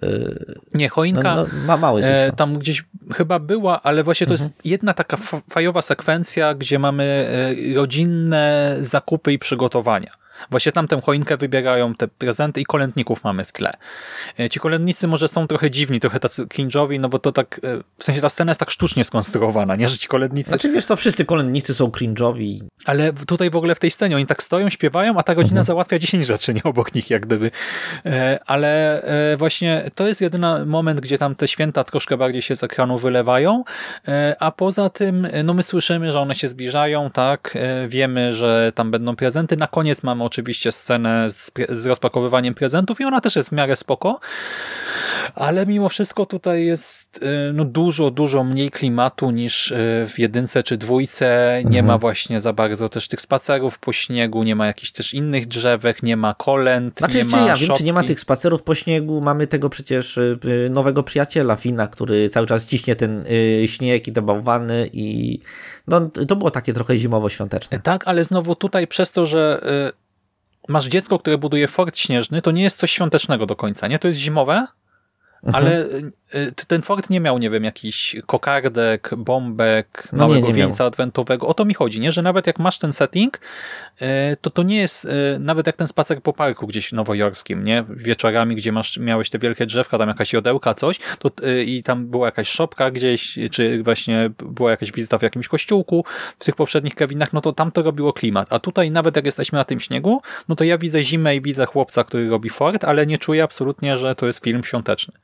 Nie, choinka ma mały tam gdzieś chyba była, ale właśnie to jest jedna taka fajowa sekwencja, gdzie mamy rodzinne zakupy i przygotowania. Właśnie tam tę choinkę wybierają te prezenty i kolędników mamy w tle. Ci kolędnicy może są trochę dziwni, trochę tacy cringe'owi, no bo to tak, w sensie ta scena jest tak sztucznie skonstruowana, nie, że ci kolędnicy... Znaczy wiesz, to wszyscy kolędnicy są cringe'owi. Ale tutaj w ogóle w tej scenie oni tak stoją, śpiewają, a ta rodzina załatwia 10 rzeczy, nie, obok nich jak gdyby. Ale właśnie to jest jedyny moment, gdzie tam te święta troszkę bardziej się z ekranu wylewają, a poza tym, no my słyszymy, że one się zbliżają, tak, wiemy, że tam będą prezenty, na koniec mamy oczywiście scenę z rozpakowywaniem prezentów i ona też jest w miarę spoko, ale mimo wszystko tutaj jest no dużo mniej klimatu niż w jedynce czy dwójce. Nie ma właśnie za bardzo też tych spacerów po śniegu, nie ma jakichś też innych drzewek, nie ma kolęd, znaczy, nie ma szopki. Czy nie ma tych spacerów po śniegu, mamy tego przecież nowego przyjaciela Fina, który cały czas ciśnie ten śnieg i te bałwany i no, to było takie trochę zimowo-świąteczne. Tak, ale znowu tutaj przez to, że masz dziecko, które buduje fort śnieżny, to nie jest coś świątecznego do końca, nie? To jest zimowe, ale ten fort nie miał, nie wiem, jakichś kokardek, bombek, małego wieńca adwentowego. O to mi chodzi, nie? Że nawet jak masz ten setting, to nie jest, nawet jak ten spacer po parku gdzieś nowojorskim, nie? Wieczorami, gdzie miałeś te wielkie drzewka, tam jakaś jodełka, coś, i tam była jakaś szopka gdzieś, czy właśnie była jakaś wizyta w jakimś kościółku w tych poprzednich Kevinach, no to tam to robiło klimat. A tutaj nawet jak jesteśmy na tym śniegu, no to ja widzę zimę i widzę chłopca, który robi fort, ale nie czuję absolutnie, że to jest film świąteczny.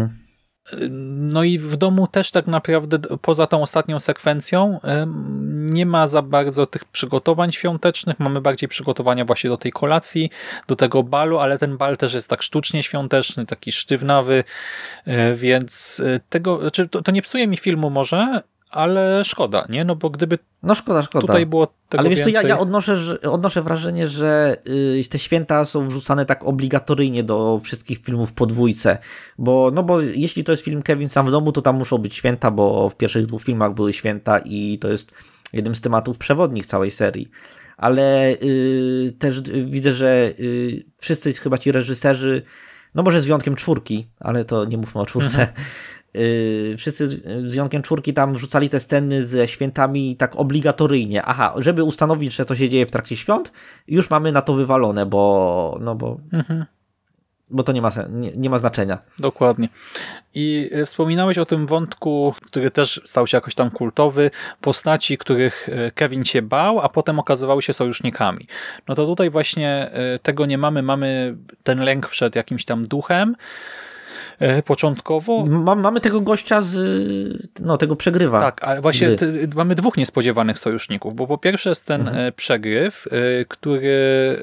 No i w domu też tak naprawdę poza tą ostatnią sekwencją nie ma za bardzo tych przygotowań świątecznych, mamy bardziej przygotowania właśnie do tej kolacji, do tego balu, ale ten bal też jest tak sztucznie świąteczny, taki sztywnawy, więc to nie psuje mi filmu może, ale szkoda, nie? No bo gdyby szkoda. Tutaj było tego ale wiesz więcej... co, ja odnoszę wrażenie, że te święta są wrzucane tak obligatoryjnie do wszystkich filmów po dwójce, bo jeśli to jest film Kevin sam w domu, to tam muszą być święta, bo w pierwszych 2 filmach były święta i to jest jednym z tematów przewodnich całej serii. Ale też widzę, że wszyscy chyba ci reżyserzy, no może z wyjątkiem 4, ale to nie mówmy o 4, wszyscy z wyjątkiem 4 tam wrzucali te sceny ze świętami tak obligatoryjnie. Aha, żeby ustanowić, że to się dzieje w trakcie świąt, już mamy na to wywalone, bo to nie ma znaczenia. Dokładnie. I wspominałeś o tym wątku, który też stał się jakoś tam kultowy, postaci, których Kevin się bał, a potem okazywały się sojusznikami. No to tutaj właśnie tego nie mamy. Mamy ten lęk przed jakimś tam duchem, początkowo. Mamy tego gościa tego przegrywa. Tak, ale właśnie mamy 2 niespodziewanych sojuszników, bo po pierwsze jest ten przegryw, który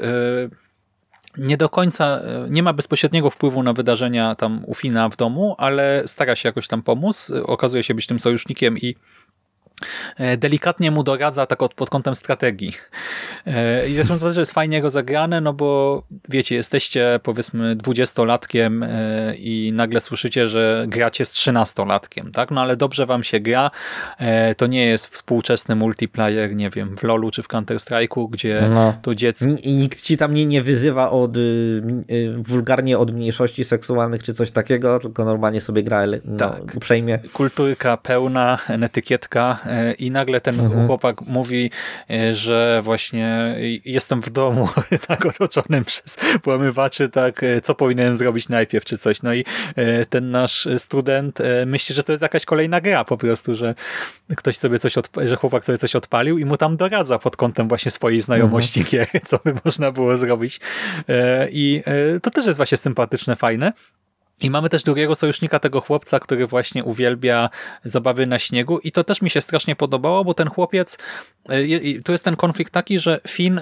nie do końca, nie ma bezpośredniego wpływu na wydarzenia tam u Fina w domu, ale stara się jakoś tam pomóc, okazuje się być tym sojusznikiem i delikatnie mu doradza tak pod kątem strategii. I zresztą to też jest fajnie rozegrane, no bo wiecie, jesteście powiedzmy 20-latkiem i nagle słyszycie, że gracie z 13-latkiem, tak? No ale dobrze wam się gra. To nie jest współczesny multiplayer, nie wiem, w LoLu czy w Counter-Strike'u, gdzie to dziecko... I nikt ci tam nie wyzywa wulgarnie od mniejszości seksualnych czy coś takiego, tylko normalnie sobie gra uprzejmie. Kulturka pełna, etykietka i nagle ten chłopak mówi, że właśnie jestem w domu tak otoczonym przez włamywaczy, tak, co powinienem zrobić najpierw, czy coś. No i ten nasz student myśli, że to jest jakaś kolejna gra po prostu, że ktoś sobie że chłopak sobie coś odpalił i mu tam doradza pod kątem właśnie swojej znajomości gier, co by można było zrobić. I to też jest właśnie sympatyczne, fajne. I mamy też drugiego sojusznika, tego chłopca, który właśnie uwielbia zabawy na śniegu i to też mi się strasznie podobało, bo ten chłopiec, tu jest ten konflikt taki, że Finn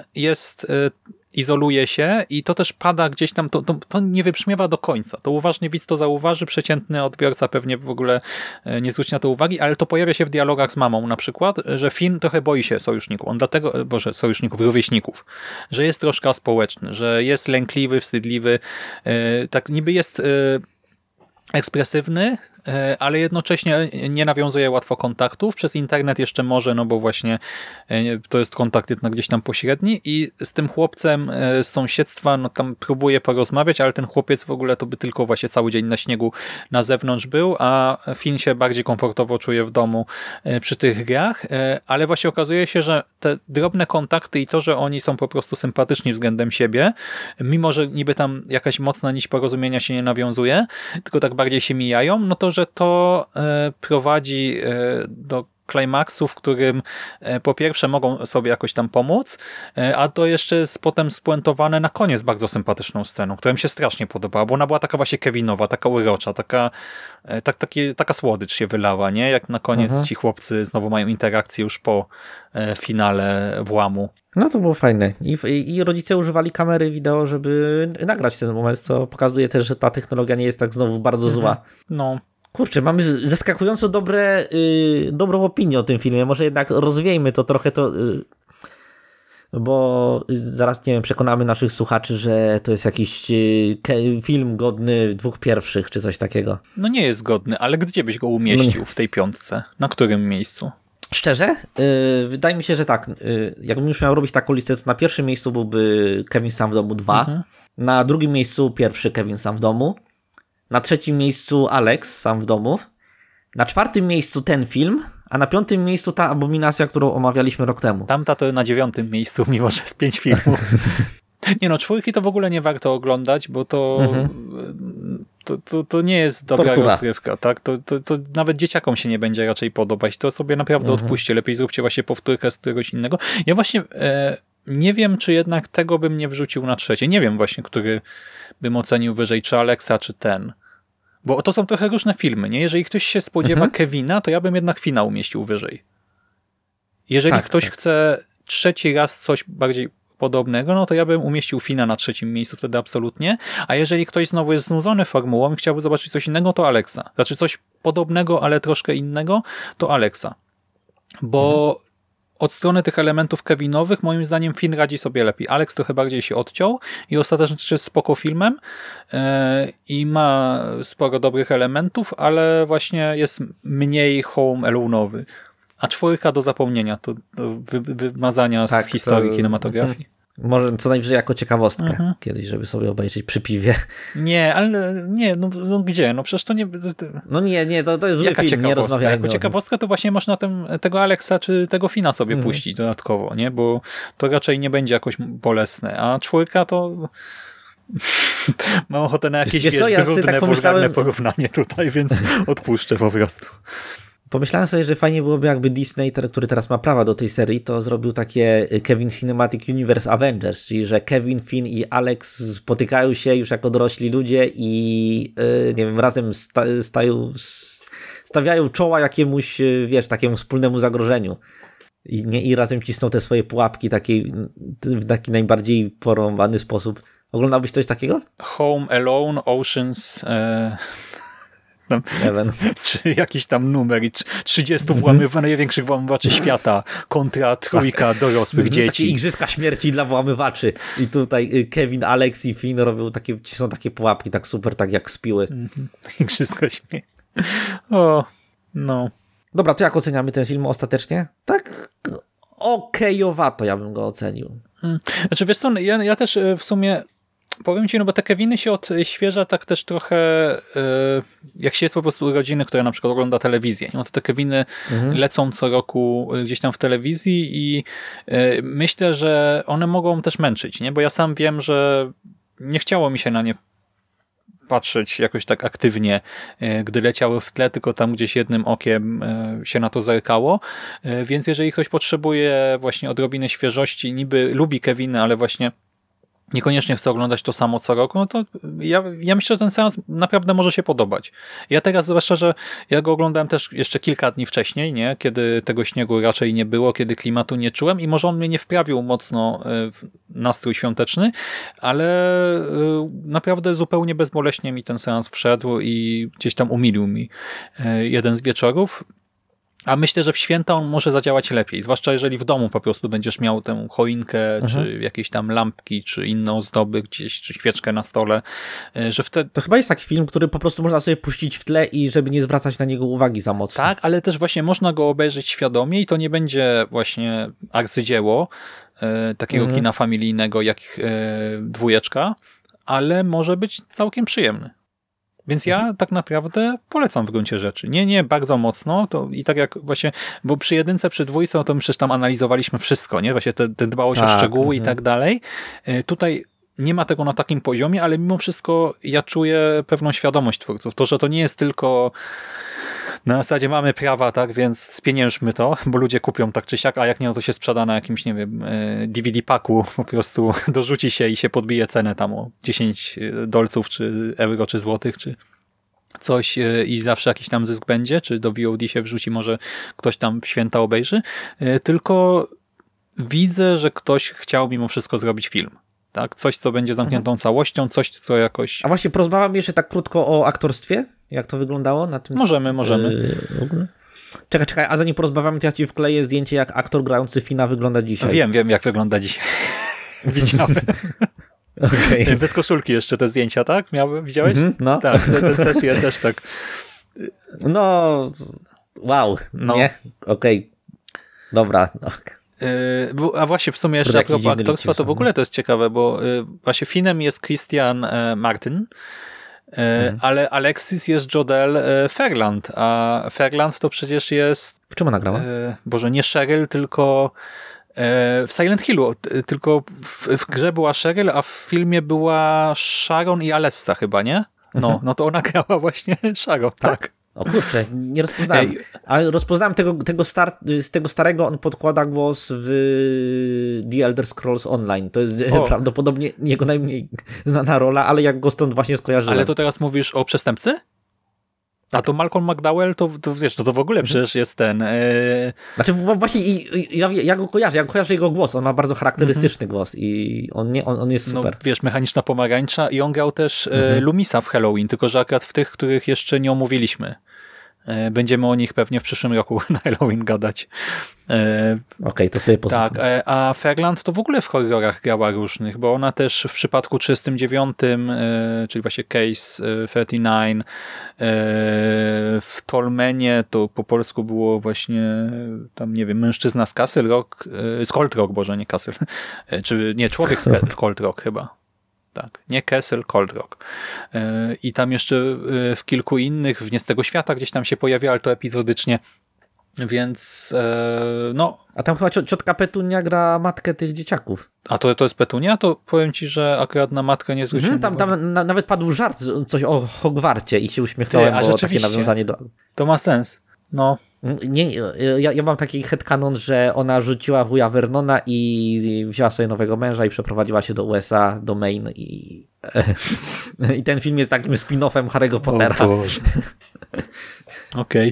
izoluje się i to też pada gdzieś tam, to nie wybrzmiewa do końca. To uważnie widz to zauważy, przeciętny odbiorca pewnie w ogóle nie zwróci na to uwagi, ale to pojawia się w dialogach z mamą na przykład, że Finn trochę boi się sojuszników. On dlatego, rówieśników, że jest troszkę społeczny, że jest lękliwy, wstydliwy, tak niby jest ekspresywny, ale jednocześnie nie nawiązuje łatwo kontaktów. Przez internet jeszcze może, no bo właśnie to jest kontakt jednak gdzieś tam pośredni i z tym chłopcem z sąsiedztwa, no tam próbuje porozmawiać, ale ten chłopiec w ogóle to by tylko właśnie cały dzień na śniegu na zewnątrz był, a Finn się bardziej komfortowo czuje w domu przy tych grach, ale właśnie okazuje się, że te drobne kontakty i to, że oni są po prostu sympatyczni względem siebie, mimo że niby tam jakaś mocna nić porozumienia się nie nawiązuje, tylko tak bardziej się mijają, no to, że to prowadzi do klimaksu, w którym po pierwsze mogą sobie jakoś tam pomóc, a to jeszcze jest potem spuentowane na koniec bardzo sympatyczną sceną, która mi się strasznie podobała, bo ona była taka właśnie Kevinowa, taka urocza, taka słodycz się wylała, nie? Jak na koniec ci chłopcy znowu mają interakcję już po finale włamu. No to było fajne. I rodzice używali kamery wideo, żeby nagrać ten moment, co pokazuje też, że ta technologia nie jest tak znowu bardzo zła. No. Kurczę, mamy zaskakująco dobrą opinię o tym filmie. Może jednak rozwiejmy to trochę, bo zaraz, nie wiem, przekonamy naszych słuchaczy, że to jest jakiś film godny 2 pierwszych, czy coś takiego. No nie jest godny, ale gdzie byś go umieścił w tej 5? Na którym miejscu? Szczerze? Wydaje mi się, że tak. Jakbym już miał robić taką listę, to na pierwszym miejscu byłby Kevin Sam w domu 2, na drugim miejscu pierwszy Kevin Sam w domu, na trzecim miejscu Alex Sam w domu, na czwartym miejscu ten film, a na 5. miejscu ta abominacja, którą omawialiśmy rok temu. Tamta to na 9. miejscu, mimo że jest 5 filmów. Nie no, 4 to w ogóle nie warto oglądać, bo to nie jest dobra rozrywka, tak? To nawet dzieciakom się nie będzie raczej podobać. To sobie naprawdę odpuśćcie. Lepiej zróbcie właśnie powtórkę z któregoś innego. Ja właśnie nie wiem, czy jednak tego bym nie wrzucił na 3. Nie wiem właśnie, który bym ocenił wyżej, czy Alexa, czy ten. Bo to są trochę różne filmy, nie? Jeżeli ktoś się spodziewa Kevina, to ja bym jednak Fina umieścił wyżej. Jeżeli ktoś chce 3. raz coś bardziej podobnego, no to ja bym umieścił Fina na 3. miejscu wtedy absolutnie, a jeżeli ktoś znowu jest znudzony formułą i chciałby zobaczyć coś innego, to Alexa. Znaczy coś podobnego, ale troszkę innego, to Alexa. Bo od strony tych elementów Kevinowych moim zdaniem Finn radzi sobie lepiej. Alex trochę bardziej się odciął i ostatecznie jest spoko filmem i ma sporo dobrych elementów, ale właśnie jest mniej Home Alone'owy. A 4 do zapomnienia, to wymazania z historii kinematografii. Może co najwyżej jako ciekawostkę kiedyś, żeby sobie obejrzeć przy piwie. Nie, ale nie, no gdzie? No przecież to nie... No nie, to jest zły film, nie rozmawiajmy. Jako ciekawostkę to właśnie można tego Alexa czy tego Fina sobie puścić dodatkowo, nie? Bo to raczej nie będzie jakoś bolesne. A 4 to... Mam ochotę na jakieś brudne, wulgarne porównanie tutaj, więc odpuszczę po prostu. Pomyślałem sobie, że fajnie byłoby, jakby Disney, który teraz ma prawa do tej serii, to zrobił takie Kevin Cinematic Universe Avengers, czyli że Kevin, Finn i Alex spotykają się już jako dorośli ludzie i nie wiem, razem stawiają czoła jakiemuś, takiemu wspólnemu zagrożeniu. I razem cisną te swoje pułapki w taki najbardziej porąbany sposób. Oglądałbyś coś takiego? Home Alone, Oceans... czy jakiś tam numer i 30 największych włamywaczy świata kontra 3 dorosłych dzieci. Takie igrzyska śmierci dla włamywaczy. I tutaj Kevin, Alex i Finn robią są takie pułapki, tak super, tak jak z piły. Igrzyska śmierci. O, no. Dobra, to jak oceniamy ten film ostatecznie? Tak okejowato ja bym go ocenił. Znaczy wiesz co, ja też w sumie powiem ci, no bo te Keviny się odświeża tak też trochę, jak się jest po prostu urodziny, które na przykład ogląda telewizję. No to te Keviny lecą co roku gdzieś tam w telewizji i myślę, że one mogą też męczyć, nie? Bo ja sam wiem, że nie chciało mi się na nie patrzeć jakoś tak aktywnie, gdy leciały w tle, tylko tam gdzieś jednym okiem się na to zerkało. Więc jeżeli ktoś potrzebuje właśnie odrobiny świeżości, niby lubi Keviny, ale właśnie niekoniecznie chce oglądać to samo co roku, no to ja myślę, że ten seans naprawdę może się podobać. Ja teraz, zwłaszcza, że ja go oglądałem też jeszcze kilka dni wcześniej, nie? Kiedy tego śniegu raczej nie było, kiedy klimatu nie czułem i może on mnie nie wprawił mocno w nastrój świąteczny, ale naprawdę zupełnie bezboleśnie mi ten seans wszedł i gdzieś tam umilił mi jeden z wieczorów. A myślę, że w święta on może zadziałać lepiej, zwłaszcza jeżeli w domu po prostu będziesz miał tę choinkę, czy jakieś tam lampki, czy inne ozdoby gdzieś, czy świeczkę na stole, że wtedy... To chyba jest taki film, który po prostu można sobie puścić w tle i żeby nie zwracać na niego uwagi za mocno. Tak, ale też właśnie można go obejrzeć świadomie i to nie będzie właśnie arcydzieło takiego kina familijnego jak Dwójeczka, ale może być całkiem przyjemny. Więc ja tak naprawdę polecam w gruncie rzeczy. Nie bardzo mocno, to i tak jak właśnie, bo przy jedynce, przy dwójce, no to my przecież tam analizowaliśmy wszystko, nie? Właśnie te dbałość o szczegóły i tak dalej. Tutaj nie ma tego na takim poziomie, ale mimo wszystko ja czuję pewną świadomość twórców. To, że to nie jest tylko na zasadzie mamy prawa, tak, więc spieniężmy to, bo ludzie kupią tak czy siak, a jak nie, no to się sprzeda na jakimś, nie wiem, DVD paku, po prostu dorzuci się i się podbije cenę tam o 10 dolców, czy euro, czy złotych, czy coś i zawsze jakiś tam zysk będzie, czy do VOD się wrzuci, może ktoś tam w święta obejrzy, tylko widzę, że ktoś chciał mimo wszystko zrobić film. Tak? Coś, co będzie zamkniętą całością, coś, co jakoś... A właśnie porozmawiam jeszcze tak krótko o aktorstwie, jak to wyglądało na tym... Możemy. W ogóle? Czekaj, a zanim porozmawiamy, to ja ci wkleję zdjęcie, jak aktor grający Fina wygląda dzisiaj. Wiem, jak wygląda dzisiaj. Widziałem. Okay. Bez koszulki jeszcze te zdjęcia, tak? Widziałeś? No. Tak, te sesje też tak. No, wow, no. Nie? Okej. Dobra. A właśnie w sumie jeszcze a propos aktorstwa, to w ogóle to jest ciekawe, bo właśnie Finem jest Christian Martin, ale Alexis jest Jodelle Ferland, a Ferland to przecież jest... W czym ona grała? Boże, nie Cheryl, tylko w Silent Hillu, tylko w grze była Cheryl, a w filmie była Sharon i Alessa chyba, nie? No to ona grała właśnie Sharon, tak. O kurczę, nie rozpoznałem. Ale rozpoznałem z tego starego, on podkłada głos w The Elder Scrolls Online. To jest prawdopodobnie jego najmniej znana rola, ale jak go stąd właśnie skojarzyłem. Ale to teraz mówisz o przestępcy? A to Malcolm McDowell, to wiesz, to w ogóle przecież jest ten... Znaczy właśnie ja go kojarzę, jego głos, on ma bardzo charakterystyczny głos i on jest super. No wiesz, Mechaniczna Pomarańcza i on grał też Lumisa w Halloween, tylko że akurat w tych, których jeszcze nie omówiliśmy. Będziemy o nich pewnie w przyszłym roku na Halloween gadać. Okej, to sobie posłucham. Tak, a Ferland to w ogóle w horrorach grała różnych, bo ona też w przypadku 39, czyli właśnie Case 39, w Tolmenie to po polsku było właśnie tam, nie wiem, mężczyzna z Castle Rock, z Cold Rock, Boże, nie Castle, czy nie, człowiek z Cold Rock chyba. Tak, nie Castle, Cold Rock. I tam jeszcze w kilku innych, w Nie z tego świata gdzieś tam się pojawia, ale to epizodycznie. Więc no. A tam chyba ciotka Petunia gra matkę tych dzieciaków. A to jest Petunia? To powiem ci, że akurat na matkę nie zwróciłem uwagi. Tam nawet padł żart, coś o Hogwarcie i się uśmiechnąłem, bo takie nawiązanie do... To ma sens. No. Nie, ja mam taki headcanon, że ona rzuciła wuja Vernona i wzięła sobie nowego męża i przeprowadziła się do USA, do Maine i ten film jest takim spin-offem Harry'ego Pottera. Okej.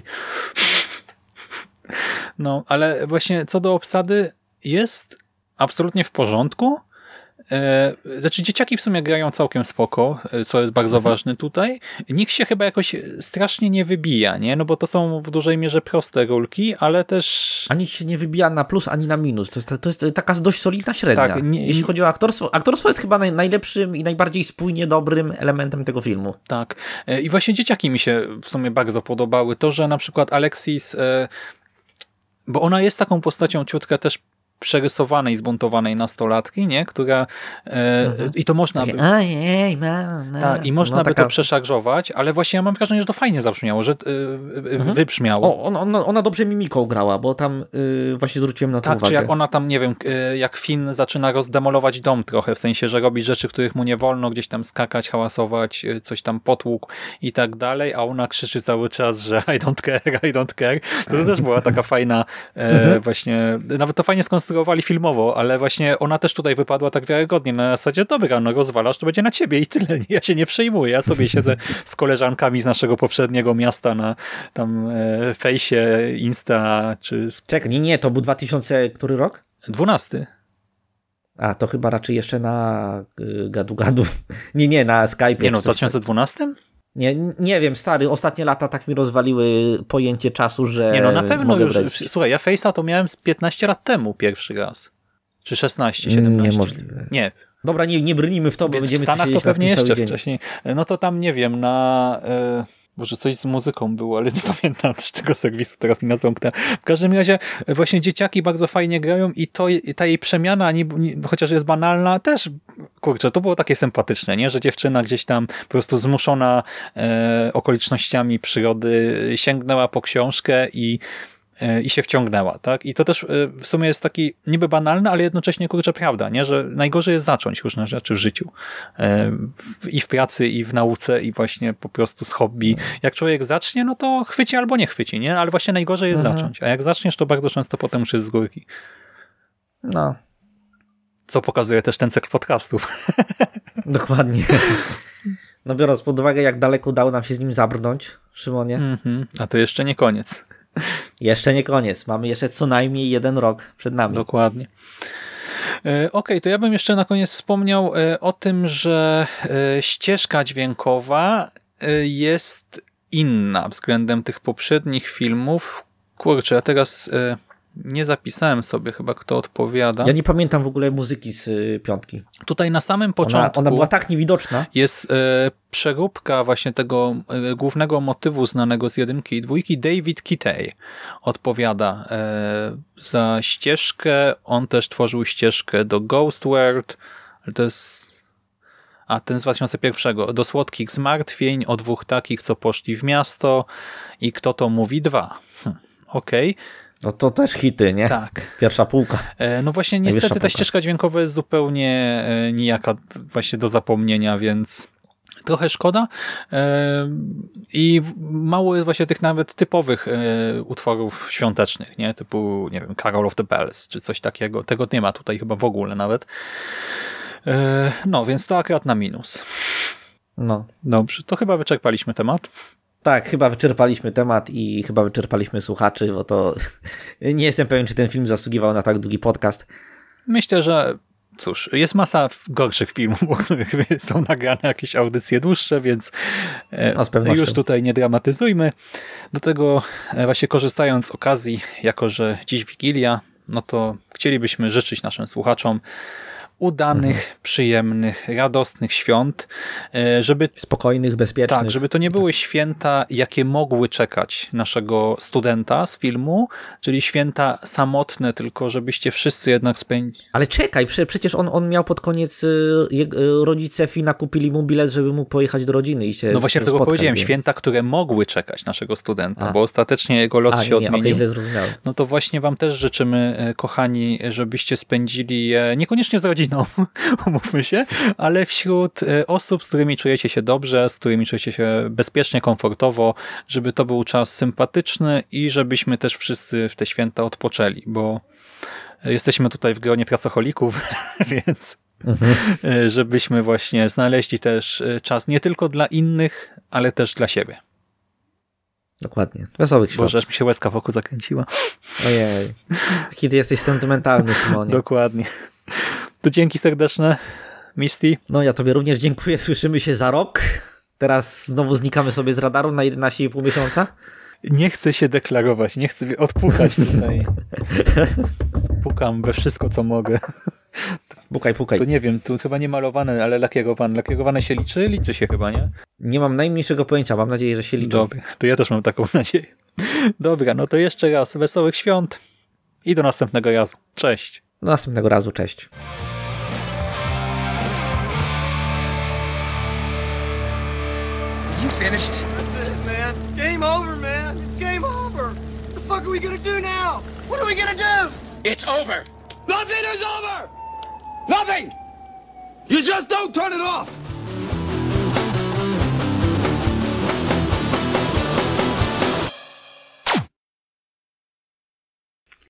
No, ale właśnie co do obsady jest absolutnie w porządku. Znaczy dzieciaki w sumie grają całkiem spoko, co jest bardzo ważne tutaj. Nikt się chyba jakoś strasznie nie wybija, nie? No bo to są w dużej mierze proste rolki, ale też... Ani się nie wybija na plus, ani na minus. To jest taka dość solidna średnia. Tak, jeśli chodzi o aktorstwo. Aktorstwo jest chyba najlepszym i najbardziej spójnie dobrym elementem tego filmu. Tak. I właśnie dzieciaki mi się w sumie bardzo podobały. To, że na przykład Alexis... Bo ona jest taką postacią ciutkę też przerysowanej, zbuntowanej nastolatki, nie? Która i to można by... Ojej, mama. Tak, i można by to przeszarżować, ale właśnie ja mam wrażenie, że to fajnie zabrzmiało, że wybrzmiało. Ona dobrze mimiką grała, bo tam właśnie zwróciłem na to uwagę. Tak, czy jak ona tam, nie wiem, jak Finn zaczyna rozdemolować dom trochę, w sensie, że robi rzeczy, których mu nie wolno, gdzieś tam skakać, hałasować, coś tam potłukł i tak dalej, a ona krzyczy cały czas, że I don't care. To też była taka fajna właśnie, nawet to fajnie skonstruowali filmowo, ale właśnie ona też tutaj wypadła tak wiarygodnie na zasadzie, dobra, no rozwalasz, to będzie na ciebie i tyle. Ja się nie przejmuję. Ja sobie siedzę z koleżankami z naszego poprzedniego miasta na tam fejsie, Insta, czy... Czekaj, nie, to był 2000, który rok? 12. A, to chyba raczej jeszcze na gadu-gadu. Nie, na Skype'ie. Nie no, w 2012? Nie wiem, stary, ostatnie lata tak mi rozwaliły pojęcie czasu, że Nie, no na pewno już. brać. Słuchaj, ja Face'a to miałem z 15 lat temu pierwszy raz. Czy 16, 17. Niemożliwe. Nie. Dobra, nie brnijmy w to, bo Więc w będziemy Stanach to siedzieć na pewnie tym cały jeszcze dzień. wcześniej. No to tam, nie wiem, może coś z muzyką było, ale nie pamiętam też tego serwisu, teraz mi nazwą kto. W każdym razie właśnie dzieciaki bardzo fajnie grają i ta jej przemiana, chociaż jest banalna, też, kurczę, to było takie sympatyczne, nie? Że dziewczyna gdzieś tam po prostu zmuszona okolicznościami przyrody sięgnęła po książkę i się wciągnęła, tak? I to też w sumie jest taki niby banalny, ale jednocześnie, kurczę, prawda, nie? Że najgorzej jest zacząć różne rzeczy w życiu. I w pracy, i w nauce, i właśnie po prostu z hobby. Jak człowiek zacznie, no to chwyci albo nie chwyci, nie? Ale właśnie najgorzej jest zacząć. A jak zaczniesz, to bardzo często potem już jest z górki. No. Co pokazuje też ten cykl podcastów. Dokładnie. No biorąc pod uwagę, jak daleko udało nam się z nim zabrnąć, Szymonie. A to jeszcze nie koniec. Jeszcze nie koniec. Mamy jeszcze co najmniej 1 rok przed nami. Dokładnie. Okej, to ja bym jeszcze na koniec wspomniał o tym, że ścieżka dźwiękowa jest inna względem tych poprzednich filmów. Kurczę, ja teraz nie zapisałem sobie chyba, kto odpowiada. Ja nie pamiętam w ogóle muzyki z 5. Tutaj na samym początku Ona była tak niewidoczna. jest przeróbka właśnie tego głównego motywu znanego z 1 i 2. David Kitay odpowiada za ścieżkę. On też tworzył ścieżkę do Ghost World. To jest... ten z 2001. Do Słodkich Zmartwień, o 2 takich, co poszli w miasto i Kto to mówi 2. Okej. No to też hity, nie? Tak. Pierwsza półka. No właśnie niestety ta ścieżka dźwiękowa jest zupełnie nijaka właśnie do zapomnienia, więc trochę szkoda. I mało jest właśnie tych nawet typowych utworów świątecznych, nie? Typu, nie wiem, Carol of the Bells, czy coś takiego. Tego nie ma tutaj chyba w ogóle nawet. No, więc to akurat na minus. No. Dobrze, to chyba wyczerpaliśmy temat. Tak, chyba wyczerpaliśmy temat i chyba wyczerpaliśmy słuchaczy, bo to nie jestem pewien, czy ten film zasługiwał na tak długi podcast. Myślę, że cóż, jest masa gorszych filmów, o których są nagrane jakieś audycje dłuższe, więc z pewnością. już tutaj nie dramatyzujmy. Do tego właśnie korzystając z okazji, jako że dziś Wigilia, no to chcielibyśmy życzyć naszym słuchaczom udanych, przyjemnych, radosnych świąt, żeby spokojnych, bezpiecznych. Tak, żeby to nie były święta, jakie mogły czekać naszego studenta z filmu, czyli święta samotne, tylko żebyście wszyscy jednak spędzili. Ale czekaj, przecież on miał pod koniec, rodzice Fina kupili mu bilet, żeby mógł pojechać do rodziny i się No właśnie tego powiedziałem, więc... święta, które mogły czekać naszego studenta, bo ostatecznie jego los się odmienił. Okay, źle zrozumiałem. No to właśnie wam też życzymy, kochani, żebyście spędzili je niekoniecznie z rodziną, umówmy się, ale wśród osób, z którymi czujecie się dobrze, z którymi czujecie się bezpiecznie, komfortowo, żeby to był czas sympatyczny i żebyśmy też wszyscy w te święta odpoczęli, bo jesteśmy tutaj w gronie pracocholików, więc żebyśmy właśnie znaleźli też czas nie tylko dla innych, ale też dla siebie. Dokładnie. Wesołych świąt. Boże, aż mi się łezka wokół zakręciła. Ojej. Jaki ty jesteś sentymentalny, Szymonie. Dokładnie. To dzięki serdeczne, Misty. No ja tobie również dziękuję. Słyszymy się za rok. Teraz znowu znikamy sobie z radaru na 11,5 miesiąca. Nie chcę się deklarować, nie chcę odpukać tutaj. Pukam we wszystko, co mogę. Pukaj. To nie wiem, tu chyba nie malowane, ale lakierowane. Lakierowane się liczy? Liczy się chyba, nie? Nie mam najmniejszego pojęcia, mam nadzieję, że się liczy. Dobra, to ja też mam taką nadzieję. Dobra, no to jeszcze raz wesołych świąt i do następnego razu. Cześć. Do następnego razu, cześć. You finished? That's it, man. Game over, man. It's game over. What the fuck are we gonna do now? What are we gonna do? It's over. Nothing is over! Nothing! You just don't turn it off!